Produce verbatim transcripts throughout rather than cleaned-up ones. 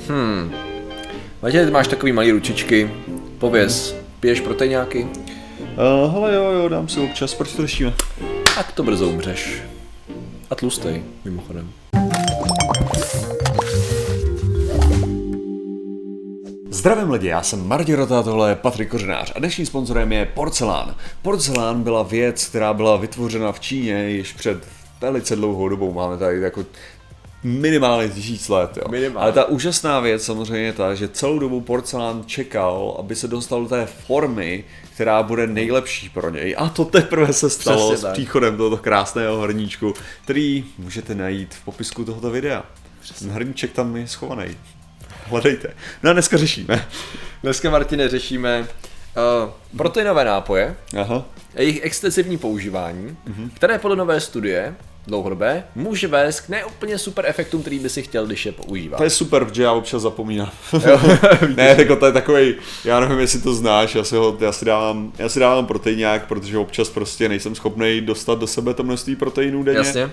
Hmm. Matěj, ty máš takový malý ručičky. Pověz, piješ proteiňáky? Uh, hele jo, jo, dám si občas, proč to řešíme? Tak to brzo umřeš. A tlustej, mimochodem. Zdravím lidi, já jsem Martin Rota, tohle je Patrik Kořenář a dnešním sponzorem je Porcelán. Porcelán byla věc, která byla vytvořena v Číně již před velice dlouhou dobou, máme tady jako minimálně tisíc let, jo. Minimálně. Ale ta úžasná věc samozřejmě je ta, že celou dobu porcelán čekal, aby se dostal do té formy, která bude nejlepší pro něj. A to teprve se stalo Přesně s tak. příchodem tohoto krásného hrníčku, který můžete najít v popisku tohoto videa. Ten hrníček tam je schovaný. Hledejte. No a dneska řešíme. Dneska, Martine, řešíme uh, proteinové nápoje, Aha. a jejich extenzivní používání, mm-hmm. které podle nové studie dlouhodobé může vést k neúplně super efektům, který by si chtěl, když je používat. To je super, protože já občas zapomínám. Ne, jako to je takovej, já nevím, jestli to znáš, já si, ho, já si dávám, já si dávám proteinák, protože občas prostě nejsem schopný dostat do sebe to množství proteinů denně. Jasně.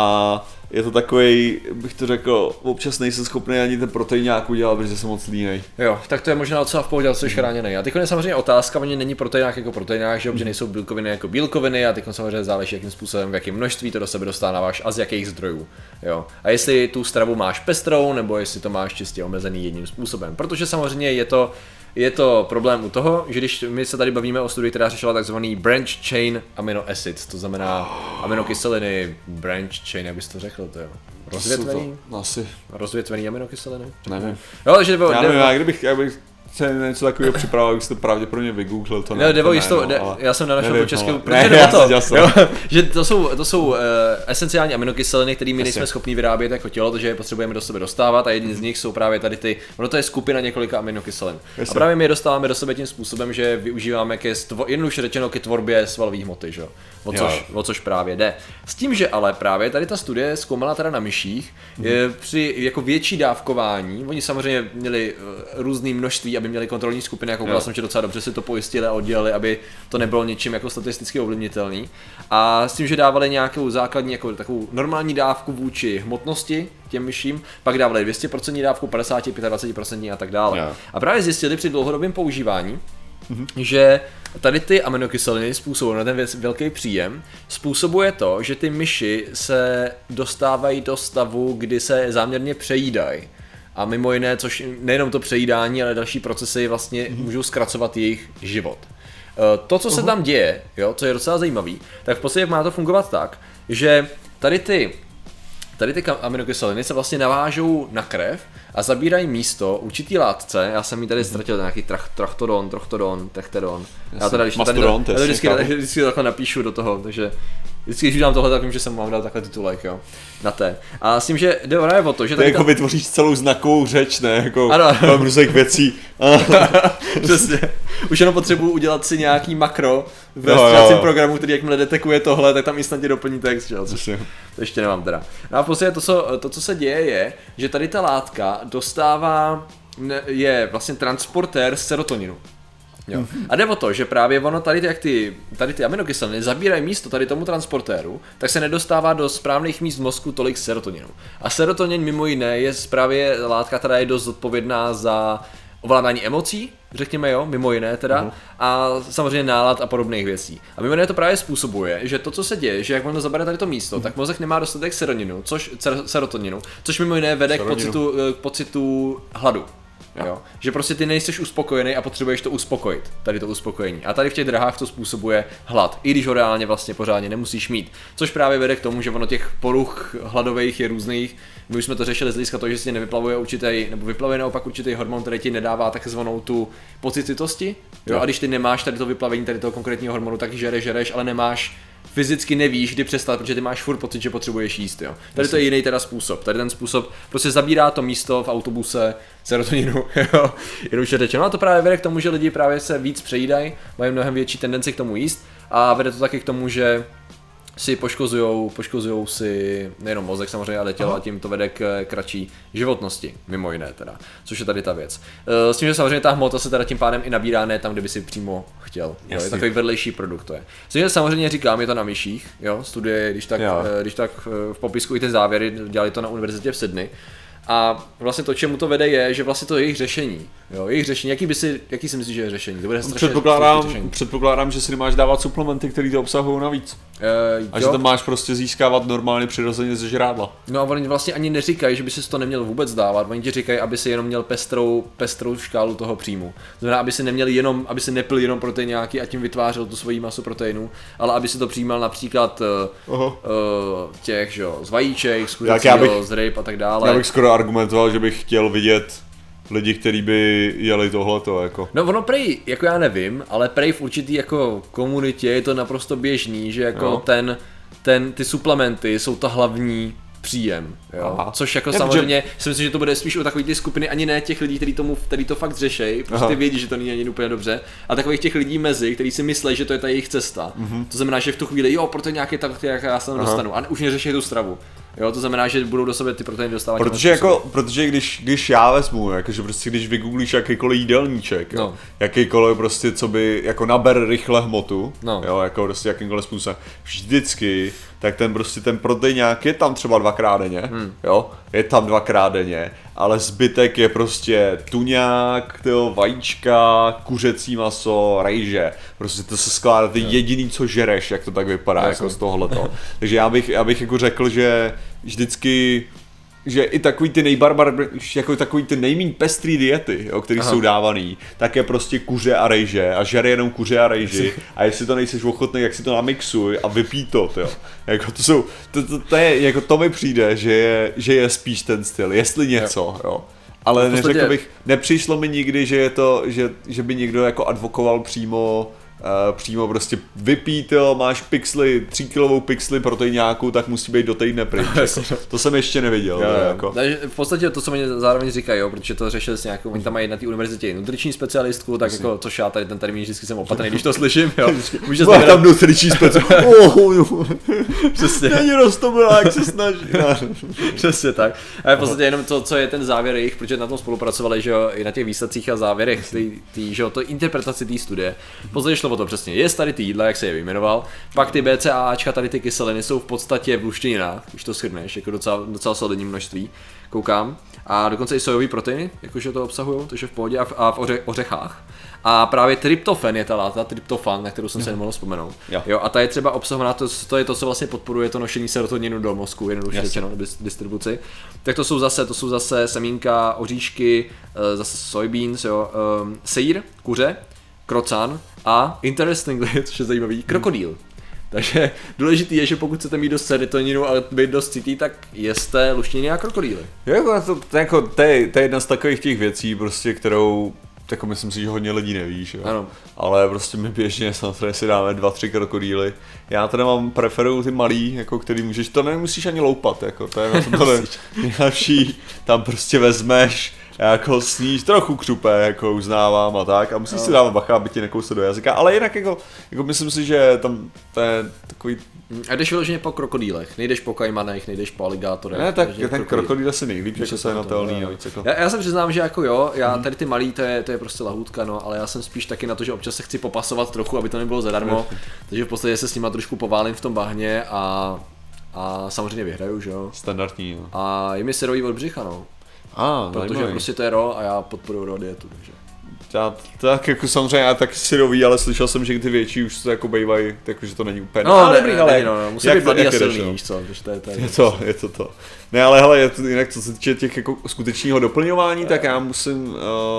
A je to takovej, bych to řekl, občas nejsem schopný ani ten proteinák udělat, protože jsem moc línej. Jo, tak to je možná docela v pohodě, ale jsi chráněný. A teď je samozřejmě otázka, oni není proteinák jako proteinák, že, že nejsou bílkoviny jako bílkoviny a teď samozřejmě záleží, jakým způsobem, v jakém množství to do sebe dostáváš a z jakých zdrojů. Jo. A jestli tu stravu máš pestrou, nebo jestli to máš čistě omezený jedním způsobem. Protože samozřejmě je to Je to problém u toho, že když my se tady bavíme o studii, která řešila takzvaný branch chain amino acids, to znamená aminokyseliny, branch chain, jak bys to řekl, to jo. Rozvětvený? To, asi. Rozvětvený aminokyseliny? Nevím. Jo, takže nebo, já nevím, já kdybych, já bych se něco takového připravil, bych si to pravděpodobně vygooglil, to ne, nebo jisto, ne, no, já jsem nenašel po česku, no. protože ne, to, já jo, že to jsou, to jsou uh, esenciální aminokyseliny, které my nejsme schopni vyrábět jako tělo, takže je potřebujeme do sebe dostávat a jedni z nich jsou právě tady ty, ono to je skupina několika aminokyselin. A právě my je dostáváme do sebe tím způsobem, že využíváme ke stvo, jednoduše řečeno ke tvorbě svalové hmoty, že? O, což, o což právě jde. S tím, že ale právě tady ta studie zkoumala teda na myších, mm. je, při jako větší dávkování, oni samozřejmě měli uh, různý množství, aby měli kontrolní skupiny, jako koukal jsem, že docela dobře si to pojistili a oddělili, aby to nebylo něčím jako statisticky ovlivnitelný. A s tím, že dávali nějakou základní, jako takovou normální dávku vůči hmotnosti těm myším, pak dávali dvě stě procent dávku, padesát, dvacet pět procent a tak dále. Yeah. A právě zjistili při dlouhodobém používání, mm-hmm. že tady ty aminokyseliny způsobují na ten věc, velký příjem, způsobuje to, že ty myši se dostávají do stavu, kdy se záměrně přejídají. A mimo jiné, což nejenom to přejídání, ale další procesy vlastně mm-hmm. můžou zkracovat jejich život. To, co se uh-huh. tam děje, jo, co je docela zajímavý, tak v podstatě má to fungovat tak, že tady ty, tady ty aminokyseliny se vlastně navážou na krev a zabírají místo určitý látce. Já jsem jí tady ztratil nějaký trach, trachtodon, trochtodon, techtedon. Já, já teda, když tady to, já to vždycky, vždycky takhle napíšu do toho, takže vždycky, když udělám tohle, tak vím, že jsem mám dal takhle titulek, jo, na té. A s tím, že jde o to, že to tady jako ta... vytvoříš celou znakovou řeč, ne, jako ano. kolem různých věcí. Přesně. Už jenom potřebuji udělat si nějaký makro ve střídacím programu, který jakmile detekuje tohle, tak tam instantně doplní text, jo, což to ještě nemám teda. No a v podstatě to, co, to, co se děje, je, že tady ta látka dostává, je vlastně transportér serotoninu. Jo. A jde o to, že právě ono tady, jak ty, tady ty aminokyseliny zabírají místo tady tomu transportéru, tak se nedostává do správných míst v mozku tolik serotoninu. A serotonin mimo jiné je právě látka, která je dost zodpovědná za ovládání emocí, řekněme jo, mimo jiné teda, uh-huh. a samozřejmě nálad a podobných věcí. A mimo jiné to právě způsobuje, že to, co se děje, že jak ono zabere tady to místo, uh-huh. tak mozek nemá dostatek serotoninu, což, serotoninu, což mimo jiné vede k pocitu, k pocitu hladu. Jo. Že prostě ty nejseš uspokojený a potřebuješ to uspokojit, tady to uspokojení. A tady v těch drahách to způsobuje hlad, i když ho reálně vlastně pořádně nemusíš mít. Což právě vede k tomu, že ono těch poruch hladových je různých. My už jsme to řešili z hlediska toho, že si nevyplavuje určitý, nebo vyplavuje naopak určitý hormon, který ti nedává takzvanou tu pocititosti. Jo. A když ty nemáš tady to vyplavení tady toho konkrétního hormonu, tak žereš, žereš, ale nemáš fyzicky nevíš, kdy přestat, protože ty máš furt pocit, že potřebuješ jíst, jo. Tady to je jiný teda způsob. Tady ten způsob prostě zabírá to místo v autobuse serotoninu, jo. Jenom řečeno, a to právě vede k tomu, že lidi právě se víc přejídají, mají mnohem větší tendenci k tomu jíst a vede to taky k tomu, že si poškozujou, poškozujou si nejenom mozek samozřejmě, ale tělo, a tím to vede k kratší životnosti, mimo jiné teda, což je tady ta věc. S tím, že samozřejmě ta hmota se teda tím pádem i nabírá ne tam, kde by si přímo chtěl, jo, je takový vedlejší produkt to je. S tím, že samozřejmě říkám, je to na myších, jo, studie, když tak, když tak v popisku i ty závěry, dělali to na univerzitě v Sydney. A vlastně to, čemu to vede, je, že vlastně to je jejich řešení. Jo, jejich řešení, jaký by si, jaký si myslíš, že je řešení? To bude předpokládám, předpokládám, že si nemáš dávat suplementy, které to obsahují navíc. Uh, a jo. Že to máš prostě získávat normálně přirozeně ze žrádla. No a oni vlastně ani neříkají, že by si to neměl vůbec dávat. Oni ti říkají, aby si jenom měl pestrou, pestrou škálu toho příjmu. Znamená, aby si neměl jenom, aby si nepil jenom protein nějaký a tím vytvářel tu svoji masu proteinu, ale aby si to přijímal například uh, uh, těch, že jo, z vajíček, z kuřecího, z ryb a tak dále. Já bych skoro argumentoval, že bych chtěl vidět lidi, kteří by jeli tohleto, jako. No ono prej, jako já nevím, ale prej v určitý jako komunitě je to naprosto běžný, že jako no. ten, ten, ty suplementy jsou ta hlavní příjem, jo. Aha. Což jako já samozřejmě že... si myslím, že to bude spíš o takových ty skupiny, ani ne těch lidí, kteří tomu, který to fakt řešejí, protože ty vědí, že to není ani úplně dobře, a takových těch lidí mezi, kteří si myslí, že to je ta jejich cesta. Mm-hmm. To znamená, že v tu chvíli, jo, proto nějaké tak, jak já se tam dostanu, a už neřeší tu stravu. Jo, to znamená, že budou do sebe ty proteiny dostávat. Protože jako, protože když, když já vezmu, jakože prostě když vygooglíš jakýkoliv jídelníček, no. jakýkoliv prostě, co by, jako naber rychle hmotu, no. jo, jako prostě jakýmkoliv způsobem, vždycky, tak ten prostě ten proteinák je tam třeba dvakrát denně, hmm. jo, je tam dvakrát denně, ale zbytek je prostě tuňák, tyjo, vajíčka, kuřecí maso, rejže, prostě to se skládá, ty jediný, co žereš, jak to tak vypadá, no, jako z tohleto. Takže já bych, já bych jako řekl, že vždycky, že i takový ty nejbarbar, jako takový ty nejméně pestrý diety, jo, které jsou dávaný, tak je prostě kuře a rejže a žere jenom kuře a rejži a jestli to nejseš ochotný, jak si to namixuj a vypij to, jo. Jako to jsou, to, to, to je, jako to mi přijde, že je, že je spíš ten styl, jestli něco, jo. Ale podstatě... neřekl bych, nepřišlo mi nikdy, že je to, že, že by někdo jako advokoval přímo Uh, přímo prostě vypít, jo, máš pixely, tříkilovou pixely proteiňáku, tak musí být do týdne pryč. Jako. To jsem ještě neviděl. Jo, jo. Jako. Takže v podstatě to, co oni zároveň říkají, jo, protože to řešili s nějakou, oni tam mají na té univerzitě nutriční specialistku, tak jako, což já tady ten termín vždycky jsem opatrný, když to slyším, jo. Může Má tam nutriční specialistku. Oh, přesně. Není roztomilá, jak se snaží. Přesně tak. A v podstatě jenom to, co je ten závěr jejich, protože na tom spolupracovali, že jo, i na těch výsledcích a závěrech, tý, tý, že jo, to interpretaci té studie. V podstatě šlo o to přesně, je tady ty jídla, jak se je vyjmenoval, pak ty B C A Ačka, tady ty kyseliny jsou v podstatě v luštěninách, když to shrneš, jako docela, docela solidní množství, koukám, a dokonce i sojový proteiny, jakože to obsahují, takže v pohodě, a v, a v oře, ořechách. A právě tryptofen je ta látka, tryptofan, na kterou jsem se nemohl vzpomenout. Jo. Jo, a ta je třeba obsahovaná, to, to je to, co vlastně podporuje to nošení serotoninu do mozku, jednoduše řečeno, distribuci. Tak to jsou zase, to jsou zase semínka, oříšky, zase soybeans, jo, um, sejr, kuře, krocan a interestingly, což je zajímavý, krokodýl. Takže důležitý je, že pokud chcete mít dost serotoninu a být dost citý, tak jeste luštění a krokodýly. Jako to, to, jako, to, je, to je jedna z takových těch věcí, prostě, kterou jako myslím si, že hodně lidí neví, že jo? Ano. Ale prostě my běžně samozřejmě si dáme dva, tři krokodýly. Já teda mám preferuju ty malý, jako který můžeš, to nemusíš ani loupat, jako to je na to nejlepší, tam prostě vezmeš, jako sníš, trochu křupe, jako uznávám a tak, a musíš no. si dávat bacha, aby ti nekousl do jazyka, ale jinak jako, jako myslím si, že tam to je takový... A jdeš vyloženě po krokodýlech, nejdeš po kajmanech, nejdeš po aligátorech. Ne, tak ten krokodýl asi nejlíp, že se je natelný. Jako. Já, já se přiznám, že jako jo, já tady ty malý, to je, to je prostě lahůdka, no, ale já jsem spíš taky na to, že občas se chci popasovat trochu, aby to nebylo zadarmo, takže v podstatě se s nima trošku poválím v tom bahně a, a samozřejmě vyhraju, že jo. Standardní, jo. A je mi syrový od břicha, no. A, protože zajímavý. Prostě to je raw a já podporuji raw dietu, takže. Já, tak jako samozřejmě já taky syrový, ale slyšel jsem, že ty větší už to jako bývají, takže to není úplně. No, ne, dobrý, ne, ale ne, no, no, musí být mladý a silný, víš co, to je, to je, je to, je to to. Ne, ale hele, je to, jinak co se týče těch jako skutečného doplňování, tak já musím, uh,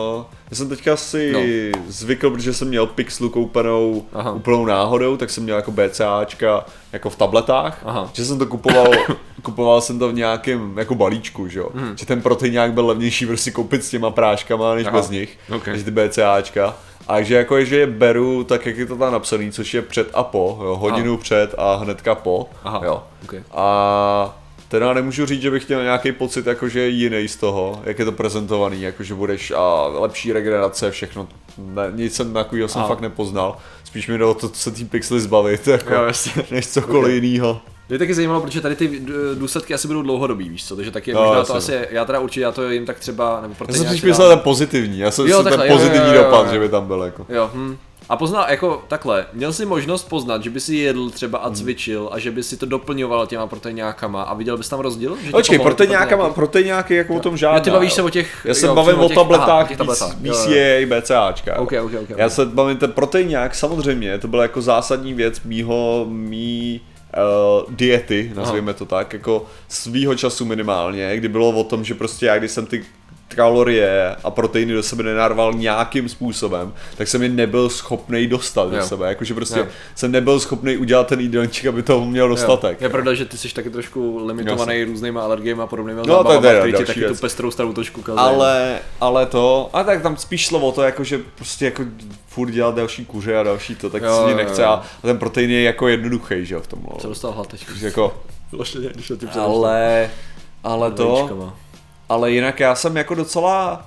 já jsem teďka si no. zvykl, protože jsem měl Pixlu koupenou Aha. úplnou náhodou, tak jsem měl jako BCAčka jako v tabletách, Aha. že jsem to kupoval, kupoval jsem to v nějakém jako balíčku, že jo, hmm. že ten proteinák byl levnější prostě koupit s těma práškama, než Aha. bez nich, okay. než ty BCAčka. A že jako že je beru tak, jak je to tam napsaný, což je před a po, jo, hodinu Aha. před a hnedka po, Aha. jo. Okay. A teda nemůžu říct, že bych měl nějaký pocit, jakože je jiný z toho, jak je to prezentovaný, jakože budeš a lepší regenerace, všechno, ne, nic jsem takového jsem fakt nepoznal, spíš mi jde o to se tím pixely zbavit, jako, jo, než cokoliv okay. jinýho. Mě taky zajímalo, protože tady ty důsledky asi budou dlouhodobý, víš co, takže taky no, možná to asi, já teda určitě, já to jim tak třeba, nebo já jsem spíš myslel ten pozitivní, já jsem jo, si ten pozitivní jo, jo, jo, dopad, jo. že by tam byl jako. Jo, hm. A poznal, jako takhle, měl jsi možnost poznat, že by si jedl třeba a cvičil a že by si to doplňoval těma proteiňákama a viděl bys tam rozdíl? Počkej, proteiňákama, proteiňáky jako o tom žádná. Jo, ty bavíš se o těch... Já se jo, bavím o těch, tabletách, aha, B C A, BCAčka. Okay, okay, okay, Já se bavím ten proteiňák, samozřejmě, to byla jako zásadní věc mýho, mý uh, diety, nazvěme to tak, jako svýho času minimálně, kdy bylo o tom, že prostě já, když jsem ty kalorie a proteiny do sebe nenarval nějakým způsobem, tak jsem je nebyl schopnej dostat do sebe, jakože prostě jo. jsem nebyl schopnej udělat ten jídelníček, aby toho měl dostatek. Jo. Je pravda, že ty jsi taky trošku limitovaný Jasně. různýma alergiemi a podobnými no, zábavama, který ti taky věc. tu pestrou stravu trošku kazí. Ale, ale to, a tak tam spíš slovo to, jakože prostě jako furt dělat další kuře a další to, tak jo, si nechce jo. a ten protein je jako jednoduchý, že jo, v tom. Co dostal hlad teď? Jako, když to ale, ale to... Ale jinak já jsem jako docela,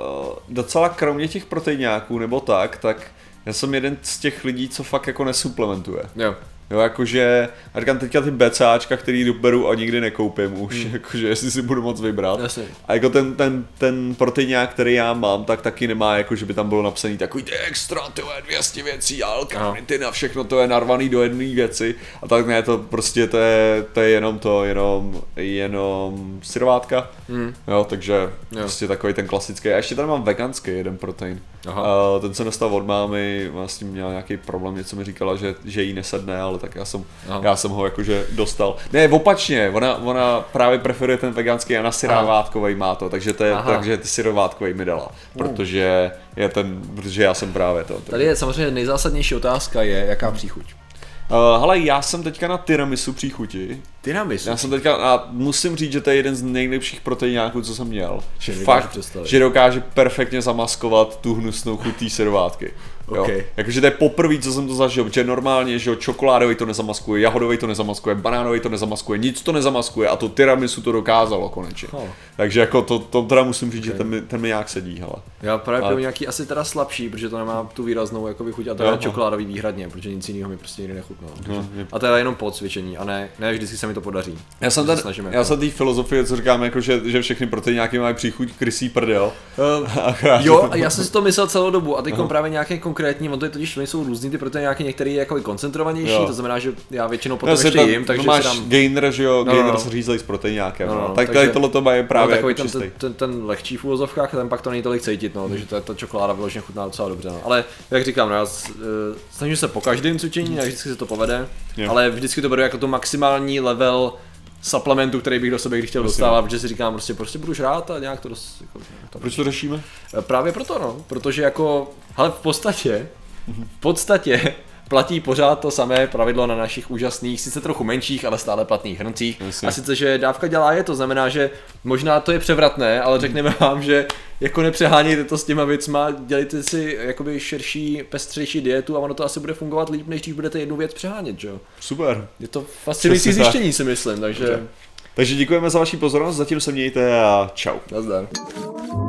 docela kromě těch proteiňáků nebo tak, tak já jsem jeden z těch lidí, co fakt jako nesuplementuje. Jo. Jo, jakože, a říkám teďka ty BCAčka, který doberu a nikdy nekoupím už, hmm. jakože jestli si budu moc vybrat. Jasně. A jako ten, ten, ten proteinák, který já mám, tak taky nemá, jako že by tam bylo napsaný takový ty extra, to je dvě stě věcí, alkalinity a všechno to je narvaný do jedné věci. A tak ne, to prostě to je, to je jenom to, jenom, jenom syrovátka. Hmm. Jo, takže jo. prostě takový ten klasický. A ještě tady mám veganský jeden protein. Aha. Uh, ten se dostal od mámy, vlastně měla nějaký problém, něco mi říkala, že, že jí nesedne, ale tak já jsem, já jsem ho jakože dostal. Ne, opačně, ona, ona právě preferuje ten veganský a na syrovátkovej má to, takže, to je, takže ty syrovátkovej mi dala, protože je ten, protože já jsem právě to. Tady je samozřejmě nejzásadnější otázka je, jaká příchuť. Uh, hele, já jsem teďka na tiramisu příchuti. Tiramisu? Já jsem teďka, a musím říct, že to je jeden z nejlepších proteináků, co jsem měl. Že Fakt, že dokáže perfektně zamaskovat tu hnusnou chuť té syrovátky. Okay. Jakože to je poprvé, co jsem to zažil, protože normálně, že jo, čokoládový to nezamaskuje, jahodový to nezamaskuje, banánový to nezamaskuje, nic to nezamaskuje a to tiramisu to dokázalo konečně. Oh. Takže jako to, to teda musím říct, okay. že ten mi, ten mi nějak sedí, hele. Já právě ale... nějaký asi teda slabší, protože to nemá tu výraznou jakoby chuť a to je čokoládový výhradně, protože nic jiného mi prostě nikdy nechutná. No, a to je jenom po cvičení a ne, ne vždycky se mi to podaří. Já jsem tady, já jako... jsem té filozofie, co říkám, jako že, že všechny proteináky mají příchuť krysí prdel. Uh, jo, a já jsem si to myslel celou dobu a teď právě nějaké konkrétní, on to je totiž jsou různý ty proteináky, některé jako koncentrovanější, jo. to znamená, že já většinou potom no, ještě tam, jim, takže máš si dám... gainer, že jo, no, gainer no. se řízlej s proteinákem, no, no, no. tak tady tohle to má je právě no, takový jako ten, ten, ten, ten lehčí v úvozovkách, ten pak to není tolik cítit, no, takže to, ta čokoláda vyloženě chutná docela dobře, no. Ale jak říkám, no, já uh, snažím se po každém cvičení, a vždycky se to povede, jo. ale vždycky to beru jako to maximální level suplementu, který bych do sebe kdy chtěl dostávat, protože si říkám, prostě, prostě budu žrát a nějak to dost... Jako, to proč to řešíme? Právě proto, no, protože jako, ale v podstatě, v podstatě platí pořád to samé pravidlo na našich úžasných, sice trochu menších, ale stále platných hrncích. Jasně. A sice, že dávka dělá je, to znamená, že možná to je převratné, ale řekneme vám, že jako nepřehánějte to s těma věcma, dělejte si jakoby širší, pestřejší dietu a ono to asi bude fungovat líp, než když budete jednu věc přehánět, že jo? Super. Je to fascinující zjištění, si myslím, takže... Takže děkujeme za vaši pozornost, zatím se mějte a čau. Nazdar.